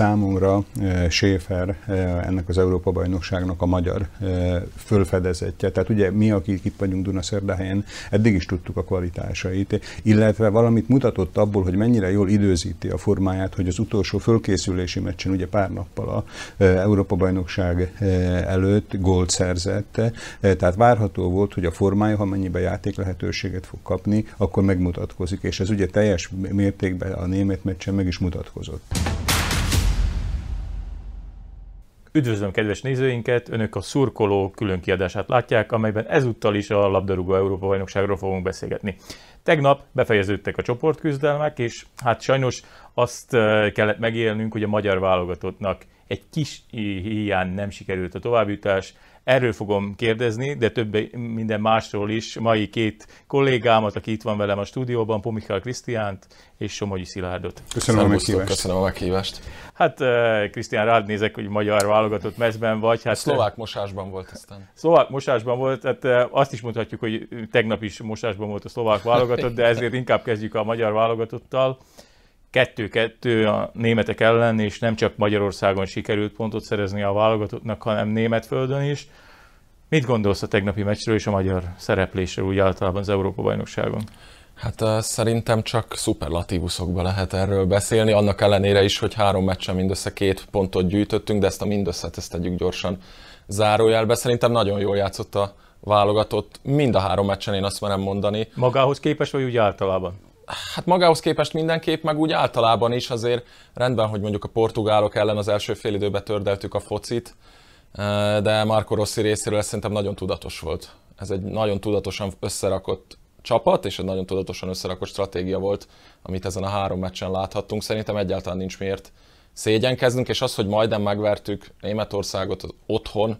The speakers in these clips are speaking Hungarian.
számomra Schäfer ennek az Európa-bajnokságnak a magyar fölfedezetje. Tehát ugye mi, akik itt vagyunk Dunaszerdahelyen, eddig is tudtuk a kvalitásait, illetve valamit mutatott abból, hogy mennyire jól időzíti a formáját, hogy az utolsó fölkészülési meccsen, ugye pár nappal a Európa-bajnokság előtt gólt szerzett, tehát várható volt, hogy a formája, ha mennyiben játék lehetőséget fog kapni, akkor megmutatkozik, és ez ugye teljes mértékben a német meccsen meg is mutatkozott. Üdvözlöm kedves nézőinket! Önök a Szurkoló külön kiadását látják, amelyben ezúttal is a labdarúgó Európa-bajnokságról fogunk beszélgetni. Tegnap befejeződtek a csoportküzdelmek, és hát sajnos azt kellett megélnünk, hogy a magyar válogatottnak egy kis híján nem sikerült a továbbjutás. Erről fogom kérdezni, de több minden másról is. Mai két kollégámat, aki itt van velem a stúdióban, Pomichal Krisztiánt és Somogyi Szilárdot. Köszönöm a meghívást. Hát Krisztián, rád nézek, hogy magyar válogatott mezben vagy. Hát, szlovák mosásban volt aztán. Szlovák mosásban volt, hát azt is mondhatjuk, hogy tegnap is mosásban volt a szlovák válogatott, de ezért inkább kezdjük a magyar válogatottal. 2-2 a németek ellen, és nem csak Magyarországon sikerült pontot szerezni a válogatottnak, hanem német földön is. Mit gondolsz a tegnapi meccsről és a magyar szereplésről úgy általában az Európa-bajnokságon? Hát szerintem csak szuperlatívuszokban lehet erről beszélni, annak ellenére is, hogy 3 meccsen mindössze 2 pontot gyűjtöttünk, de ezt a mindösszet ezt tegyük gyorsan zárójelbe. Szerintem nagyon jól játszott a válogatott, mind a 3 meccsen, én azt merem mondani. Magához képest, vagy úgy általában? Hát magához képest mindenképp, meg úgy általában is azért rendben, hogy mondjuk a portugálok ellen az első fél időben tördeltük a focit, de Marco Rossi részéről szerintem nagyon tudatos volt. Ez egy nagyon tudatosan összerakott csapat, és egy nagyon tudatosan összerakott stratégia volt, amit ezen a 3 meccsen láthattunk. Szerintem egyáltalán nincs miért szégyenkeznünk, és az, hogy majdnem megvertük Németországot otthon,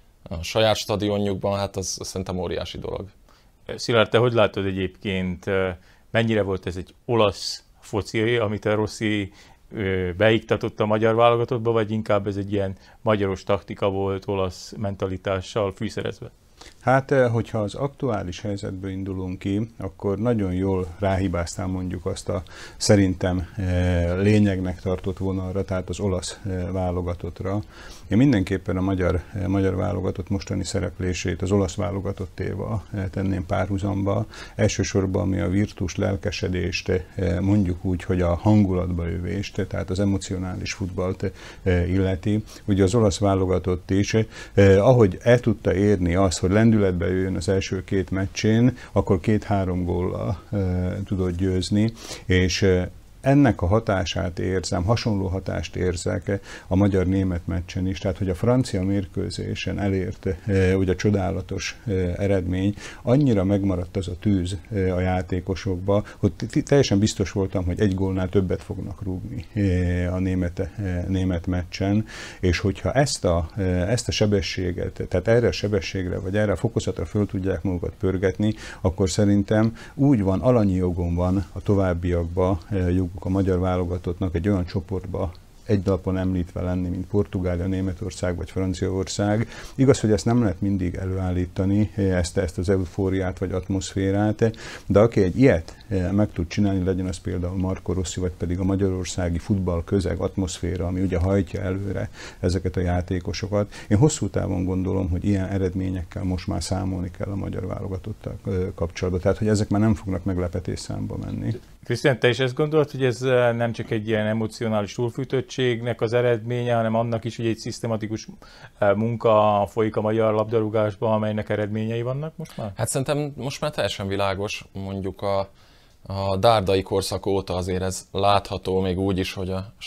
a saját stadionjukban, hát az szerintem óriási dolog. Szilárd, te hogy látod egyébként, mennyire volt ez egy olasz foci, amit a Rossi beiktatott a magyar válogatottba, vagy inkább ez egy ilyen magyaros taktika volt, olasz mentalitással fűszerezve? Hát, hogyha az aktuális helyzetből indulunk ki, akkor nagyon jól ráhibáztál mondjuk azt a szerintem lényegnek tartott vonalra, tehát az olasz válogatottra. Én mindenképpen a magyar válogatott mostani szereplését az olasz válogatottéval tenném párhuzamba. Elsősorban ami a virtus lelkesedést, mondjuk úgy, hogy a hangulatba jövést, tehát az emocionális futballt illeti. Ugye az olasz válogatott is, ahogy el tudta érni azt, hogy lendületbe jöjjön az első 2 meccsén, akkor 2-3 góllal tudott győzni, és ennek a hatását érzem, hasonló hatást érzek a magyar-német meccsen is, tehát hogy a francia mérkőzésen elért ugye a csodálatos eredmény, annyira megmaradt az a tűz a játékosokba, hogy teljesen biztos voltam, hogy 1 gólnál többet fognak rúgni a német meccsen, és hogyha ezt a sebességet, tehát erre a sebességre, vagy erre a fokozatra föl tudják magukat pörgetni, akkor szerintem úgy van, alanyi jogon van a továbbiakba a magyar válogatottnak egy olyan csoportba egy lapon említve lenni, mint Portugália, Németország vagy Franciaország. Igaz, hogy ezt nem lehet mindig előállítani, ezt az eufóriát vagy atmoszférát, de aki egy ilyet meg tud csinálni, legyen az például Marco Rossi, vagy pedig a magyarországi futballközeg, atmoszféra, ami ugye hajtja előre ezeket a játékosokat. Én hosszú távon gondolom, hogy ilyen eredményekkel most már számolni kell a magyar válogatottal kapcsolatban, tehát hogy ezek már nem fognak meglepetés számba menni. Krisztián, te is ezt gondolod, hogy ez nem csak egy ilyen emocionális túlfűtöttségnek az eredménye, hanem annak is, hogy egy szisztematikus munka folyik a magyar labdarúgásban, amelynek eredményei vannak most már? Hát szerintem most már teljesen világos, mondjuk a dárdai korszak óta azért ez látható, még úgy is, hogy a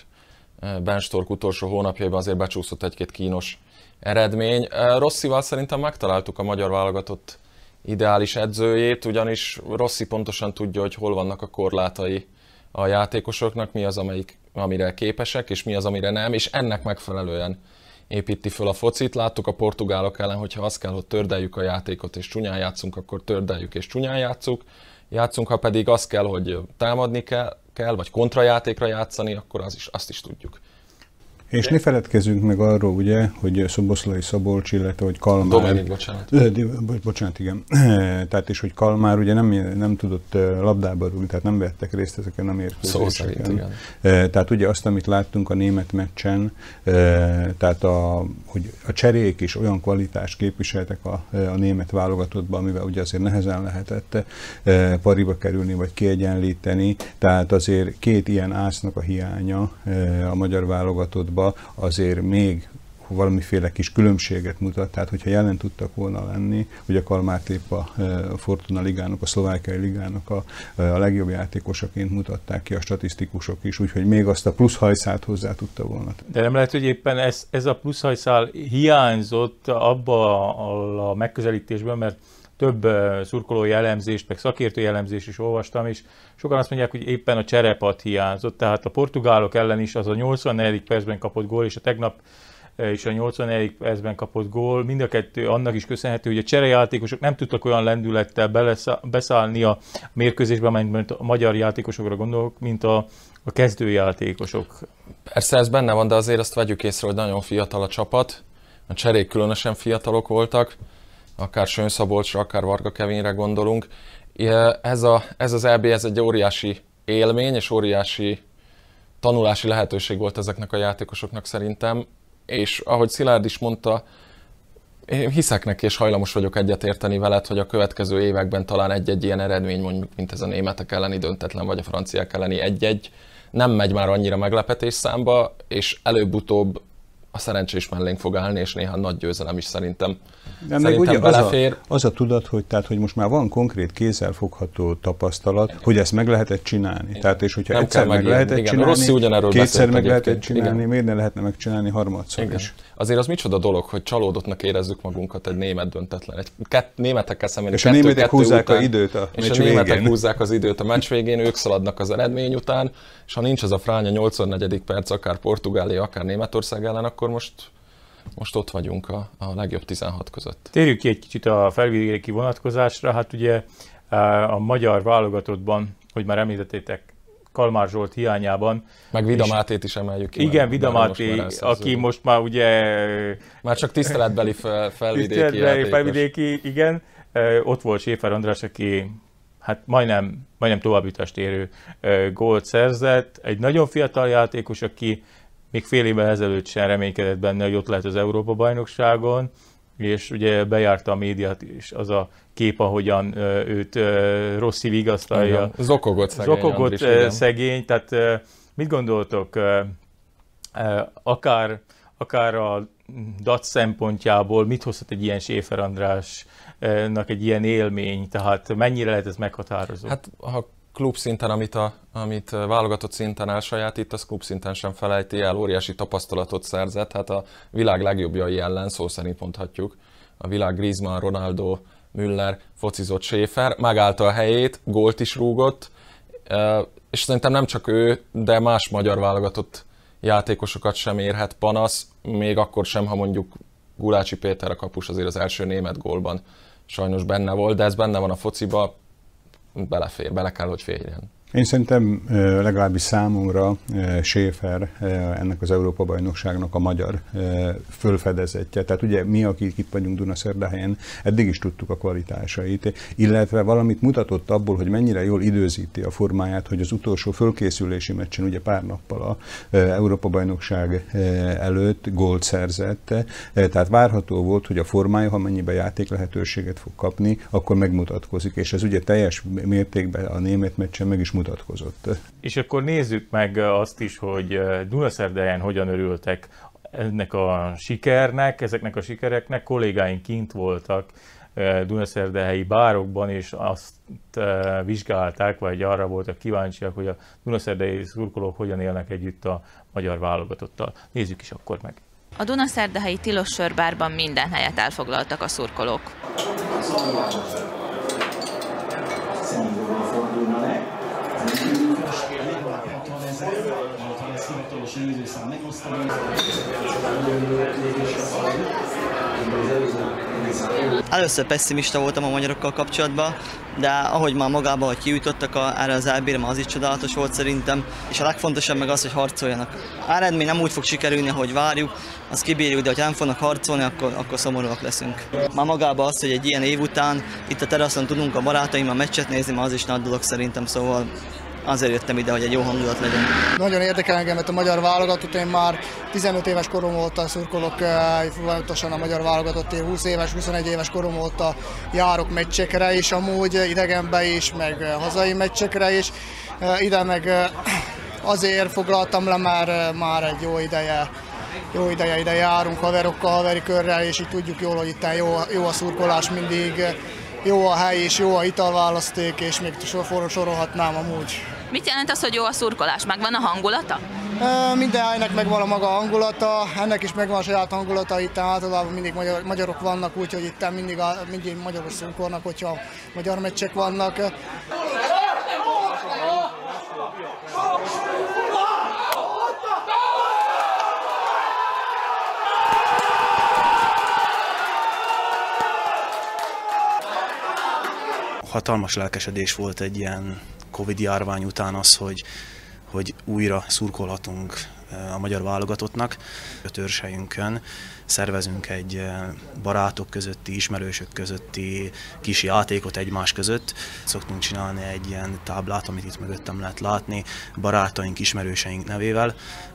Ben Stork utolsó hónapjaiban azért becsúszott egy-két kínos eredmény. Rossival szerintem megtaláltuk a magyar válogatott ideális edzőjét, ugyanis Rossi pontosan tudja, hogy hol vannak a korlátai a játékosoknak, mi az, amire képesek, és mi az, amire nem, és ennek megfelelően építi föl a focit. Láttuk a portugálok ellen, hogyha az kell, hogy tördeljük a játékot és csúnyán játszunk, akkor tördeljük és csúnyán játszunk, ha pedig az kell, hogy támadni kell vagy kontrajátékra játszani, akkor azt is tudjuk. És ne feledkezzünk meg arról, ugye, hogy Szoboszlai Szabolcs, illetve hogy Kalmár... Dominik, bocsánat. Bocsánat, igen. Tehát és hogy Kalmár ugye nem tudott labdába rúgni, tehát nem vettek részt ezeken a mérkőzéseken. Tehát ugye azt, amit láttunk a német meccsen, tehát hogy a cserék is olyan kvalitást képviseltek a német válogatottban, amivel ugye azért nehezen lehetett pariba kerülni, vagy kiegyenlíteni. Tehát azért két ilyen ásznak a hiánya a magyar válogatottban azért még valamiféle kis különbséget mutat, tehát hogyha jelen tudtak volna lenni, hogy a Kalmárt épp a Fortuna ligának, a szlovákiai ligának a legjobb játékosaként mutatták ki a statisztikusok is, úgyhogy még azt a plusz hajszát hozzá tudta volna. De nem lehet, hogy éppen ez a plusz hajszál hiányzott abba a megközelítésben, mert több szurkolói elemzést, meg szakértői elemzést is olvastam, és sokan azt mondják, hogy éppen a cserepad hiányzott, tehát a portugálok ellen is az a 84. percben kapott gól, és a tegnap és a 84. percben kapott gól, mind a kettő annak is köszönhető, hogy a cserejátékosok nem tudtak olyan lendülettel beszállni a mérkőzésbe, amelyben a magyar játékosokra gondolok, mint a kezdőjátékosok. Persze ez benne van, de azért azt vegyük észre, hogy nagyon fiatal a csapat, a cserék különösen fiatalok voltak, akár Sőn-Szabolcsra, akár Varga Kevinre gondolunk. Ez az EB, ez egy óriási élmény, és óriási tanulási lehetőség volt ezeknek a játékosoknak szerintem. És ahogy Szilárd is mondta, én hiszek neki, és hajlamos vagyok egyetérteni veled, hogy a következő években talán egy-egy ilyen eredmény, mondjuk, mint ez a németek elleni döntetlen, vagy a franciák elleni egy-egy, nem megy már annyira meglepetés számba, és előbb-utóbb a szerencse is mellénk fog állni, és néha nagy győzelem is szerintem belefér. Az a tudat, hogy most már van konkrét kézzelfogható tapasztalat, hogy ezt meg lehetett csinálni. Tehát, és hogyha egyszer meg lehetett csinálni, kétszer meg lehetett csinálni, miért ne lehetne megcsinálni harmadszor is. Azért az micsoda dolog, hogy csalódottnak érezzük magunkat egy német döntetlen. Németekkel szemben. És a németek húzzák az időt a meccs végén. És a németek húzzák az időt a meccs végén, ők szaladnak az eredmény után, és ha nincs az a fránya 84. perc, akár Portugália, akár Németország ellen, akkor most ott vagyunk a legjobb 16 között. Térjük ki egy kicsit a felvidéki vonatkozásra. Hát ugye a magyar válogatottban, hogy már említettétek, Kalmár Zsolt hiányában. Meg Vida Mátét is emeljük ki. Igen, Vida Máté, aki most már ugye... Már csak tiszteletbeli felvidéki igen. Ott volt Schäfer András, aki hát majdnem továbbjutást érő gólt szerzett. Egy nagyon fiatal játékos, aki még fél évvel ezelőtt sem reménykedett benne, hogy ott lehet az Európa-bajnokságon, és ugye bejárta a médiát is az a kép, ahogyan őt Rossi vigasztalja. Zokogott szegény. Tehát mit gondoltok, akár a DAC szempontjából mit hozhat egy ilyen Schäfer Andrásnak egy ilyen élmény, tehát mennyire lehet ez meghatározó? Hát ha klub szinten, amit válogatott szinten elsajátít, az klub szinten sem felejti el, óriási tapasztalatot szerzett, hát a világ legjobbjai ellen, szó szerint mondhatjuk, a világ Griezmann, Ronaldo, Müller, focizott Schäfer, megállta a helyét, gólt is rúgott, és szerintem nem csak ő, de más magyar válogatott játékosokat sem érhet panasz, még akkor sem, ha mondjuk Gulácsi Péter a kapus azért az első német gólban sajnos benne volt, de ez benne van a fociba, belefér, bele kell, hogy férjen. Én szerintem legalábbis számomra Schäfer ennek az Európa-bajnokságnak a magyar fölfedezetje. Tehát ugye mi, akik itt vagyunk Dunaszerdahelyen, eddig is tudtuk a kvalitásait, illetve valamit mutatott abból, hogy mennyire jól időzíti a formáját, hogy az utolsó fölkészülési meccsen, ugye pár nappal a Európa-bajnokság előtt gólt szerzett. Tehát várható volt, hogy a formája, ha mennyiben játék lehetőséget fog kapni, akkor megmutatkozik. És ez ugye teljes mértékben a német meccsen meg is mutatkozott. És akkor nézzük meg azt is, hogy Dunaszerdahelyen hogyan örültek ennek a sikernek, ezeknek a sikereknek. Kollégáink kint voltak dunaszerdahelyi bárokban, és azt vizsgálták, vagy arra voltak kíváncsiak, hogy a dunaszerdahelyi szurkolók hogyan élnek együtt a magyar válogatottal. Nézzük is akkor meg. A dunaszerdahelyi tilos sörbárban minden helyet elfoglaltak a szurkolók. Először pessimista voltam a magyarokkal kapcsolatban, de ahogy már magában, hogy kijutottak erre az EB-re, az is csodálatos volt szerintem, és a legfontosabb meg az, hogy harcoljanak. A eredmény nem úgy fog sikerülni, ahogy várjuk, azt kibírjuk, de ha nem fognak harcolni, akkor szomorúak leszünk. Már magában az, hogy egy ilyen év után itt a teraszon tudunk a barátaimmal meccset nézni, már az is nagy dolog szerintem, szóval azért jöttem ide, hogy egy jó hangulat legyen. Nagyon érdekel engem a magyar válogatott, én már 15 éves korom óta szurkolok folyamatosan a magyar válogatott, én 20 éves, 21 éves korom óta járok meccsekre is, amúgy idegenbe is, meg hazai meccsekre is. Ide meg azért foglaltam le, mert már egy jó ideje ide járunk haverokkal, haveri körrel, és így tudjuk jól, hogy itt jó a szurkolás mindig. Jó a hely és jó a italválaszték, és még sorolhatnám amúgy. Mit jelent az, hogy jó a szurkolás? Megvan a hangulata? Minden helynek megvan a maga hangulata, ennek is megvan a saját hangulata, itt általában mindig magyarok vannak, úgyhogy itt mindig magyarok szurkolnak, hogyha magyar meccsek vannak. Hatalmas lelkesedés volt egy ilyen Covid járvány után az, hogy újra szurkolhatunk a magyar válogatottnak. A törzshelyünkön szervezünk egy barátok közötti, ismerősök közötti kis játékot egymás között. Szoktunk csinálni egy ilyen táblát, amit itt mögöttem lehet látni, barátaink, ismerőseink nevével,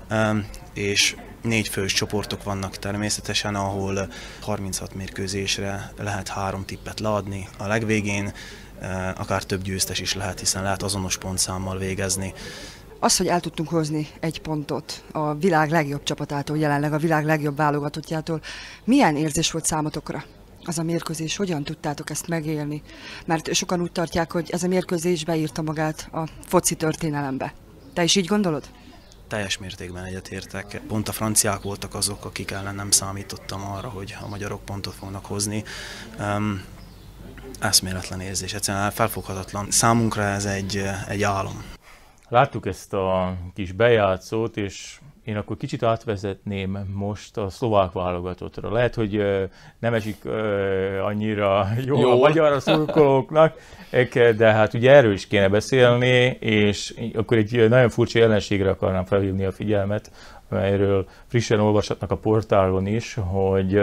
és 4 fős csoportok vannak természetesen, ahol 36 mérkőzésre lehet 3 tippet leadni. A legvégén akár több győztes is lehet, hiszen lehet azonos pontszámmal végezni. Az, hogy el tudtunk hozni egy pontot a világ legjobb csapatától, jelenleg a világ legjobb válogatottjától, milyen érzés volt számotokra az a mérkőzés? Hogyan tudtátok ezt megélni? Mert sokan úgy tartják, hogy ez a mérkőzés beírta magát a foci történelembe. Te is így gondolod? Teljes mértékben egyetértek. Pont a franciák voltak azok, akik ellen nem számítottam arra, hogy a magyarok pontot fognak hozni. Eszméletlen érzés, egyszerűen felfoghatatlan. Számunkra ez egy álom. Láttuk ezt a kis bejátszót, és én akkor kicsit átvezetném most a szlovák válogatottra. Lehet, hogy nem esik annyira jó a magyar szurkolóknak, de hát ugye erről is kéne beszélni, és akkor egy nagyon furcsa jelenségre akarnám felhívni a figyelmet, amelyről frissen olvashatnak a portálon is, hogy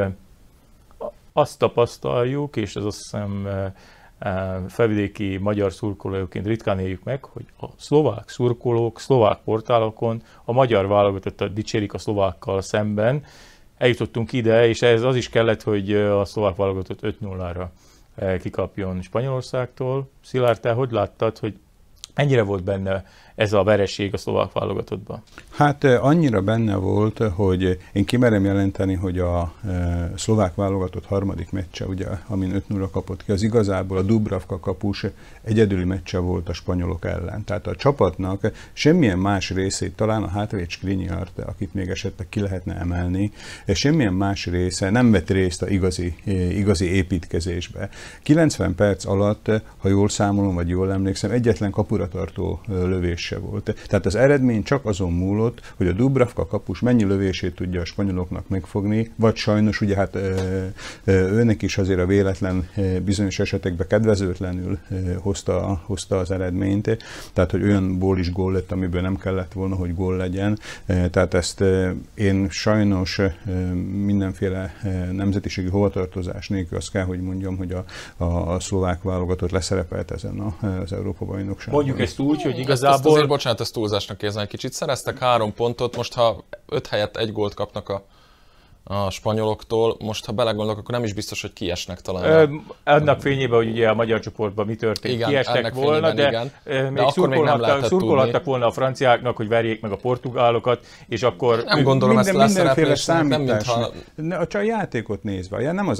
azt tapasztaljuk, és ez azt hiszem felvidéki magyar szurkolóként ritkán éljük meg, hogy a szlovák szurkolók, szlovák portálokon a magyar válogatottat dicsérik a szlovákkal szemben. Eljutottunk ide, és ez az is kellett, hogy a szlovák válogatott 5-0-ra kikapjon Spanyolországtól. Szilárd, te hogy láttad, hogy mennyire volt benne ez a vereség a szlovák válogatottban? Hát annyira benne volt, hogy én kimerem jelenteni, hogy a szlovák válogatott harmadik meccse, ugye, amin 5-0 kapott ki, az igazából a Dubravka kapus egyedüli meccse volt a spanyolok ellen. Tehát a csapatnak semmilyen más részét, talán a hátvéd Skriniart, akit még esetleg ki lehetne emelni, semmilyen más része nem vett részt a igazi építkezésbe. 90 perc alatt, ha jól számolom, vagy jól emlékszem, egyetlen kapura tartó lövés se volt. Tehát az eredmény csak azon múlott, hogy a Dubravka kapus mennyi lövését tudja a spanyoloknak megfogni, vagy sajnos ugye hát őnek is azért a véletlen bizonyos esetekben kedvezőtlenül hozta az eredményt, tehát hogy olyanból is gól lett, amiből nem kellett volna, hogy gól legyen. Tehát ezt én sajnos mindenféle nemzetiségi hovatartozás nélkül azt kell, hogy mondjam, hogy a szlovák válogatott leszerepelt ezen az Európa-bajnokságon. Mondjuk ezt úgy, hogy igazából... Azért, bocsánat, ezt túlzásnak érzem egy kicsit. Szereztek 3 pontot, most ha 5 helyett 1 gólt kapnak a spanyoloktól, most ha belegondolok, akkor nem is biztos, hogy kiesnek talán. Annak fényében, hogy ugye a magyar csoportban mi történt, igen, kiestek volna, de még szurkolhattak volna a franciáknak, hogy verjék meg a portugálokat, és akkor... Nem gondolom ezt leszereplésnek, nem mintha... Csak a játékot nézve, nem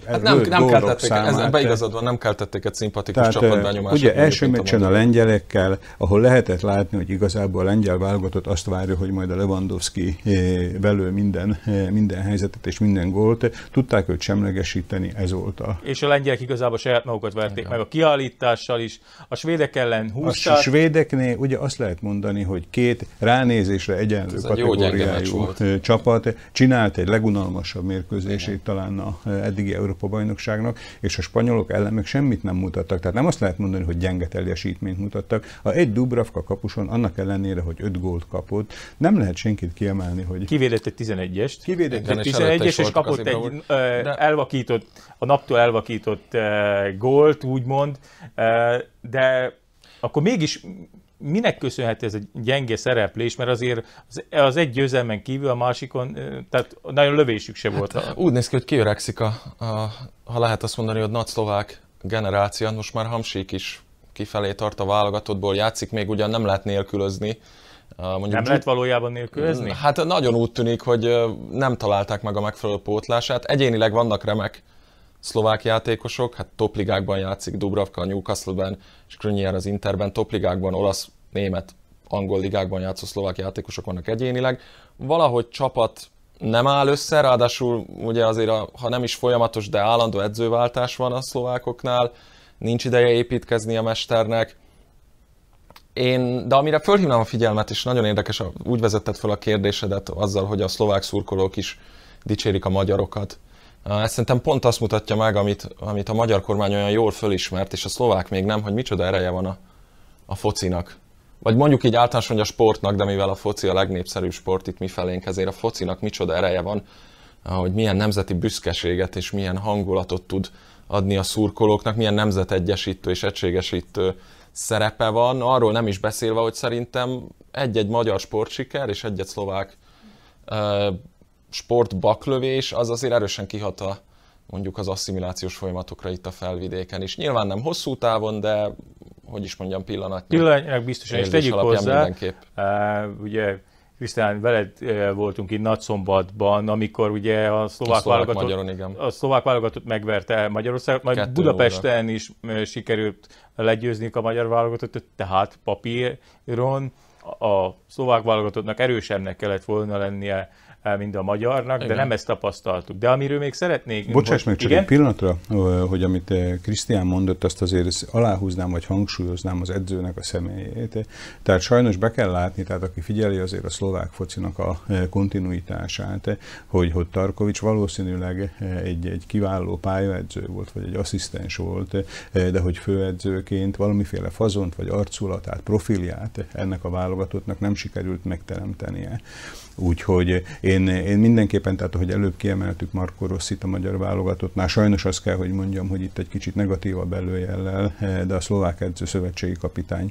nem keltették egy szimpatikus csapatbenyomást. Ugye első meccsen a lengyelekkel, ahol lehetett látni, hogy igazából a lengyel válogatott azt várja, hogy majd a Lewandowski belül minden helyzetet és minden gólt tudták őt semlegesíteni, ez volt a... És a lengyelek igazából saját magukat verték meg a kiállítással is, a svédek ellen húzták. A svédeknél ugye azt lehet mondani, hogy két ránézésre egyenlő kategóriájú csapat csinált egy legunalmasabb mérkőzését talán a eddigi Európa-bajnokságnak, és a spanyolok ellen meg semmit nem mutattak. Tehát nem azt lehet mondani, hogy gyenge teljesítményt mutattak. A egy Dubravka kapuson, annak ellenére, hogy 5 gólt kapott, nem lehet senkit kiemelni, hogy... Kivédett egy 11-est. Kivédett egy 11-es, és kapott egy elvakított, a naptól elvakított gólt, úgymond, de akkor mégis minek köszönhető ez egy gyenge szereplés, mert azért az egy győzelmen kívül a másikon, tehát nagyon lövésük se volt. Úgy néz ki, hogy kiöregszik ha lehet azt mondani, hogy nagy szlovák generáció, most már Hamsik is kifelé tart a válogatottból, játszik, még ugyan nem lehet nélkülözni. Nem lehet valójában nélkülözni? Hát nagyon úgy tűnik, hogy nem találták meg a megfelelő pótlását. Egyénileg vannak remek szlovák játékosok, hát topligákban játszik Dubravka a Newcastle-ben, és Krunier az Interben, topligákban, olasz, német, angol ligákban játszó szlovák játékosok vannak egyénileg. Valahogy csapat nem áll össze, ráadásul ugye azért, ha nem is folyamatos, de állandó edzőváltás van a szlovákoknál, nincs ideje építkezni a mesternek. De amire fölhívnám a figyelmet, és nagyon érdekes, úgy vezetted fel a kérdésedet azzal, hogy a szlovák szurkolók is dicsérik a magyarokat. Ez szerintem pont azt mutatja meg, amit a magyar kormány olyan jól fölismert, és a szlovák még nem, hogy micsoda ereje van a focinak. Vagy mondjuk így általánosan, hogy a sportnak, de mivel a foci a legnépszerűbb sport itt mifelénk, ezért a focinak micsoda ereje van, hogy milyen nemzeti büszkeséget és milyen hangulatot tud adni a szurkolóknak, milyen nemzetegyesítő és egységesítő szerepe van, arról nem is beszélve, hogy szerintem egy-egy magyar sportsiker és egy-egy szlovák sportbaklövés az azért erősen kihat mondjuk az asszimilációs folyamatokra itt a felvidéken is. Nyilván nem hosszú távon, de hogy is mondjam, pillanatnyilag biztosan, és tegyük hozzá, ugye Krisztián, veled voltunk itt Nagyszombatban, amikor ugye a szlovák válogatott megverte Magyarországot, majd Budapesten is sikerült legyőzni a magyar válogatottat, tehát papíron a szlovák válogatottnak erősebbnek kellett volna lennie, mint a magyarnak, de nem ezt tapasztaltuk. De amiről még szeretnék... Bocsáss meg csak egy pillanatra, hogy amit Krisztián mondott, azt azért aláhúznám, vagy hangsúlyoznám az edzőnek a személyét. Tehát sajnos be kell látni, tehát aki figyeli azért a szlovák focinak a kontinuitását, hogy Tarkovics valószínűleg egy kiváló pályaedző volt, vagy egy asszisztens volt, de hogy főedzőként valamiféle fazont, vagy arculatát, profilját ennek a válogatottnak nem sikerült megteremtenie. Úgyhogy én mindenképpen, tehát ahogy előbb kiemeltük Marco Rossit a magyar válogatottnál, sajnos azt kell, hogy mondjam, hogy itt egy kicsit negatívabb előjellel, de a szlovák edző szövetségi kapitányt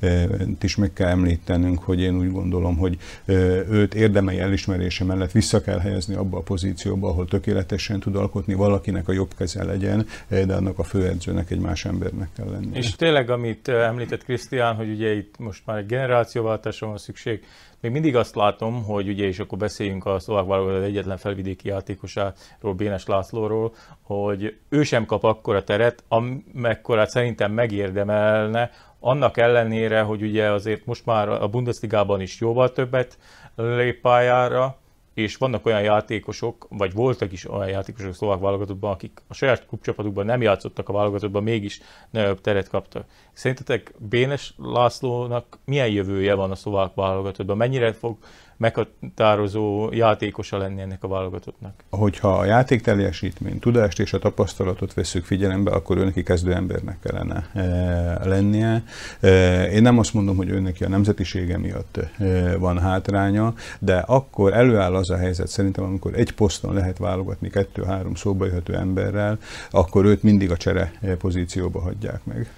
is meg kell említenünk, hogy én úgy gondolom, hogy őt érdemei elismerése mellett vissza kell helyezni abba a pozícióba, ahol tökéletesen tud alkotni, valakinek a jobb keze legyen, de annak a főedzőnek egy más embernek kell lennie. És tényleg, amit említett Krisztián, hogy ugye itt most már egy generációváltásra van szükség, még mindig azt látom, hogy ugye, és akkor beszéljünk a szlovák válogatott egyetlen felvidéki játékosáról, Bénes Lászlóról, hogy ő sem kap akkora teret, amekkorát szerintem megérdemelne, annak ellenére, hogy ugye azért most már a Bundesligában is jóval többet lép pályára, és vannak olyan játékosok, vagy voltak is olyan játékosok a szlovák válogatottban, akik a saját klubcsapatukban nem játszottak a válogatottban, mégis nagyobb teret kaptak. Szerintetek Bénes Lászlónak milyen jövője van a szlovák válogatottban? Mennyire fog meghatározó játékosa lenni ennek a válogatottnak? Hogyha a játékteljesítmény, tudást és a tapasztalatot vesszük figyelembe, akkor őneki kezdőembernek kellene lennie. Én nem azt mondom, hogy őneki a nemzetisége miatt van hátránya, de akkor előáll az a helyzet szerintem, amikor egy poszton lehet válogatni 2-3 szóba jöhető emberrel, akkor őt mindig a csere pozícióba hagyják meg.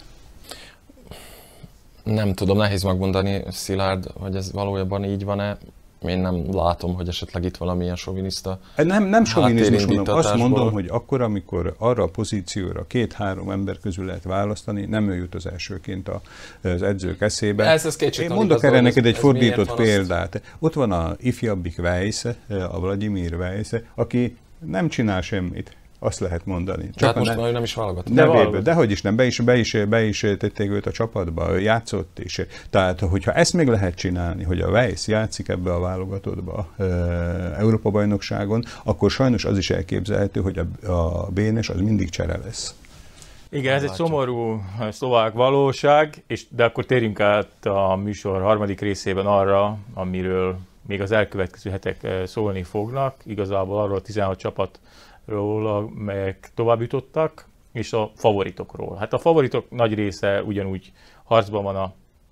Nem tudom, nehéz megmondani, Szilárd, hogy ez valójában így van-e. Én nem látom, hogy esetleg itt valamilyen soviniszta. Nem sovinizmus mondom, azt mondom, hogy akkor, amikor arra a pozícióra 2-3 ember közül lehet választani, nem ő jut az elsőként az edzők eszébe. Én mondok erre neked egy fordított példát. Ott van a ifjabbik Weiss, a Vladimir Weiss, aki nem csinál semmit. Azt lehet mondani. Tehát most már nem is válogatott. Dehogy is nem, be is tették őt a csapatba, ő játszott is. Tehát, hogyha ezt még lehet csinálni, hogy a Weiss játszik ebbe a válogatottba Európa-bajnokságon, akkor sajnos az is elképzelhető, hogy a Bénes az mindig csere lesz. Igen, ez egy szomorú szlovák valóság, de akkor térjünk át a műsor harmadik részében arra, amiről még az elkövetkező hetek szólni fognak. Igazából arról a 16 csapatról, amelyek tovább jutottak, és a favoritokról. Hát a favoritok nagy része ugyanúgy harcban van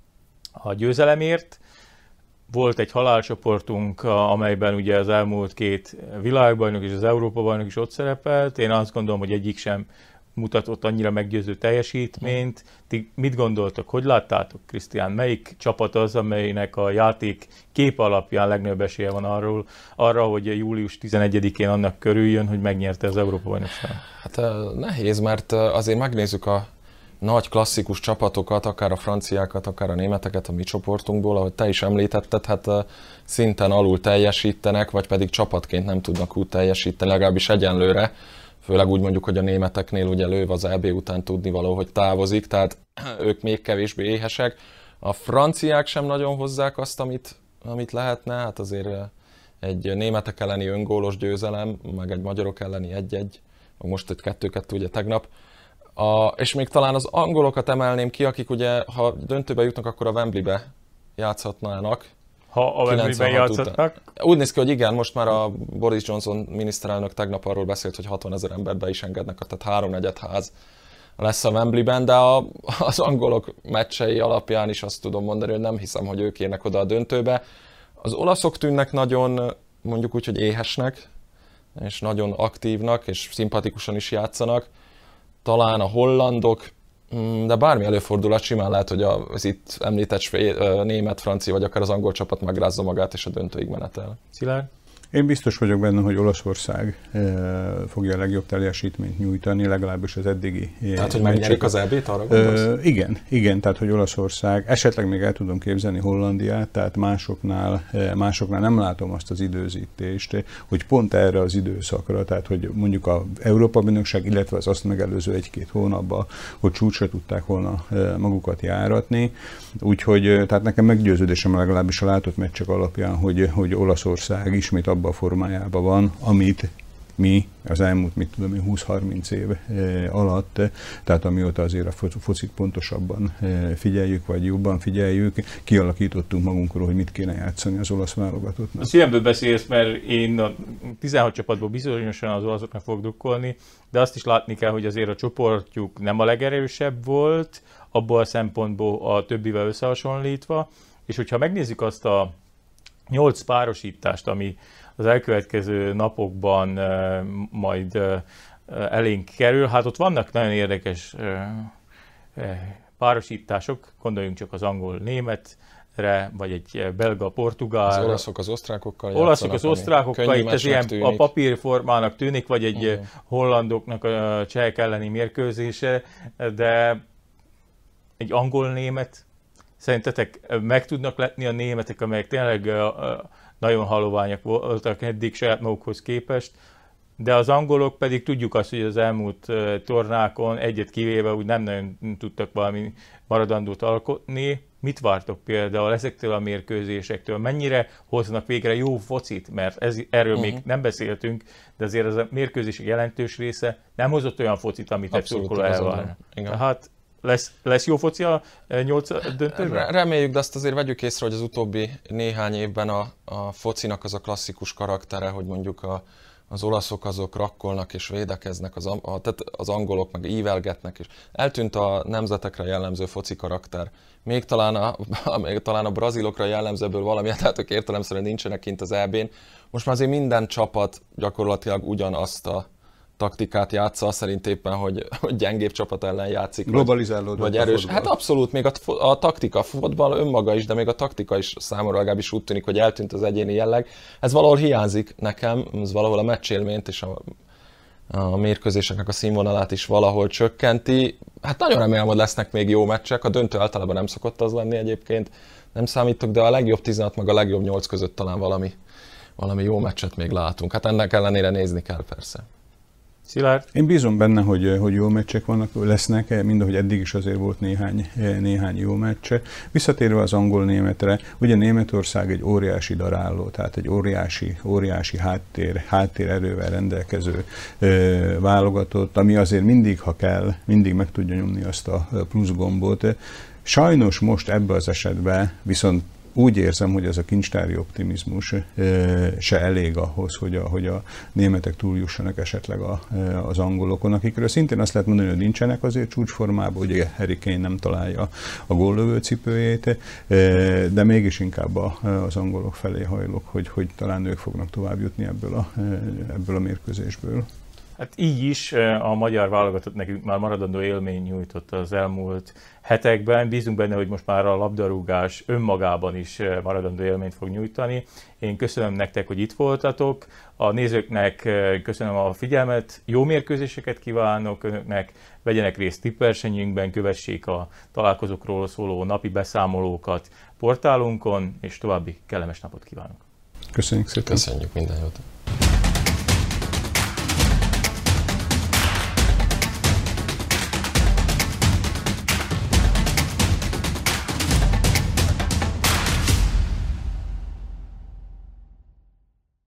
a győzelemért. Volt egy halálcsoportunk, amelyben ugye az elmúlt 2 világbajnok és az Európa-bajnok is ott szerepelt. Én azt gondolom, hogy egyik sem mutatott annyira meggyőző teljesítményt. Ti mit gondoltok? Hogy láttátok, Krisztián? Melyik csapat az, amelynek a játék kép alapján legnagyobb esélye van arra, hogy július 11-én annak körüljön, hogy megnyerte az Európa-bajnokságot? Hát nehéz, mert azért megnézzük a nagy klasszikus csapatokat, akár a franciákat, akár a németeket a mi csoportunkból, ahogy te is említetted, hát szinten alul teljesítenek, vagy pedig csapatként nem tudnak úgy teljesíteni, legalábbis egyenlőre. Főleg úgy mondjuk, hogy a németeknél ugye Löw az EB után tudnivaló, hogy távozik, tehát ők még kevésbé éhesek. A franciák sem nagyon hozzák azt, amit lehetne, hát azért egy németek elleni öngólos győzelem, meg egy magyarok elleni 1-1, most egy 2-2 ugye tegnap. És még talán az angolokat emelném ki, akik ugye, ha döntőbe jutnak, akkor a Wembleybe játszhatnának. Ha a Wembleyben játszhatnak? Úgy néz ki, hogy igen, most már a Boris Johnson miniszterelnök tegnap arról beszélt, hogy 60 000 embert be is engednek, tehát 3/4 ház lesz a Wembleyben, de az angolok meccsei alapján is azt tudom mondani, hogy nem hiszem, hogy ők érnek oda a döntőbe. Az olaszok tűnnek nagyon, mondjuk úgy, hogy éhesnek, és nagyon aktívnak, és szimpatikusan is játszanak. Talán a hollandok, de bármi előfordulhat, simán lehet, hogy az itt említett német, francia vagy akár az angol csapat megrázza magát és a döntőig menetel. Szilárd? Én biztos vagyok benne, hogy Olaszország fogja a legjobb teljesítményt nyújtani, legalábbis az eddigi. Tehát, hogy megnyerik az EB-t, arra gondolsz? Igen, tehát, hogy Olaszország, esetleg még el tudom képzelni Hollandiát, tehát másoknál nem látom azt az időzítést, hogy pont erre az időszakra, tehát, hogy mondjuk az Európa-bajnokság, illetve az azt megelőző 1-2 hónapban, hogy csúcsra tudták volna magukat járatni. Úgyhogy, tehát nekem meggyőződésem legalábbis a látott meccsek alapján, hogy Olaszország ismét abban a formájában van, amit mi az elmúlt, 20-30 év alatt, tehát amióta azért a focit pontosabban figyeljük, vagy jobban figyeljük, kialakítottunk magunkról, hogy mit kéne játszani az olasz válogatottnak. A szívemből beszélsz, mert én a 16 csapatból bizonyosan az olaszoknak fogok drukkolni, de azt is látni kell, hogy azért a csoportjuk nem a legerősebb volt, abból a szempontból a többivel összehasonlítva, és hogyha megnézzük azt a 8 párosítást, ami az elkövetkező napokban majd elénk kerül, hát ott vannak nagyon érdekes párosítások, gondoljunk csak az angol-németre, vagy egy belga-portugál. Az olaszok az osztrákokkal játszanak. Olaszok az osztrákokkal, itt ez ilyen a papírformának tűnik, vagy egy hollandoknak a csehek elleni mérkőzése, de egy angol-német, szerintetek meg tudnak letni a németek, amelyek tényleg nagyon haloványak voltak eddig saját magukhoz képest, de az angolok pedig tudjuk azt, hogy az elmúlt tornákon egyet kivéve úgy nem nagyon tudtak valami maradandót alkotni. Mit vártok például ezektől a mérkőzésektől? Mennyire hoznak végre jó focit? Mert erről még nem beszéltünk, de azért az a mérkőzések jelentős része nem hozott olyan focit, amit egy szurkoló elvár. Tehát lesz jó foci a 8 döntőben? Reméljük, de azt azért vegyük észre, hogy az utóbbi néhány évben a focinak az a klasszikus karaktere, hogy mondjuk az olaszok azok rakkolnak és védekeznek, tehát az angolok meg ívelgetnek, és eltűnt a nemzetekre jellemző foci karakter. Még talán a brazilokra jellemzőből valami, tehát ők értelemszerűen nincsenek kint az EB-n. Most már azért minden csapat gyakorlatilag ugyanazt a taktikát játsza, szerint éppen, hogy gyengébb csapat ellen játszik. Globalizálódott vagy erős. Hát abszolút, még a taktika, a futball önmaga is, de még a taktika is számomra legalábbis úgy tűnik, hogy eltűnt az egyéni jelleg. Ez valahol hiányzik nekem, ez valahol a meccsélményt és a mérkőzéseknek a színvonalát is valahol csökkenti. Hát nagyon remélem, hogy lesznek még jó meccsek, a döntő általában nem szokott az lenni egyébként, nem számítok, de a legjobb 16 meg a legjobb 8 között talán valami jó meccset még látunk. Hát ennek ellenére nézni kell persze. Szilárd? Én bízom benne, hogy jó meccsek lesznek, mindahogy eddig is azért volt néhány jó meccs. Visszatérve az angol-németre, ugye Németország egy óriási daráló, tehát egy óriási háttérerővel rendelkező válogatott, ami azért mindig, ha kell, mindig meg tudja nyomni azt a plusz gombot. Sajnos most ebbe az esetben viszont úgy érzem, hogy ez a kincstári optimizmus se elég ahhoz, hogy a németek túljussanak esetleg az angolokon, akikről szintén azt lehet mondani, hogy nincsenek azért csúcsformában, ugye Harry Kane nem találja a góllövő cipőjét, de mégis inkább az angolok felé hajlok, hogy talán ők fognak tovább jutni ebből a mérkőzésből. Hát így is a magyar válogatott nekünk már maradandó élmény nyújtott az elmúlt hetekben. Bízunk benne, hogy most már a labdarúgás önmagában is maradandó élményt fog nyújtani. Én köszönöm nektek, hogy itt voltatok. A nézőknek köszönöm a figyelmet, jó mérkőzéseket kívánok önöknek, vegyenek részt tippversenyünkben, kövessék a találkozókról szóló napi beszámolókat portálunkon, és további kellemes napot kívánok. Köszönjük szépen. Köszönjük, minden jót.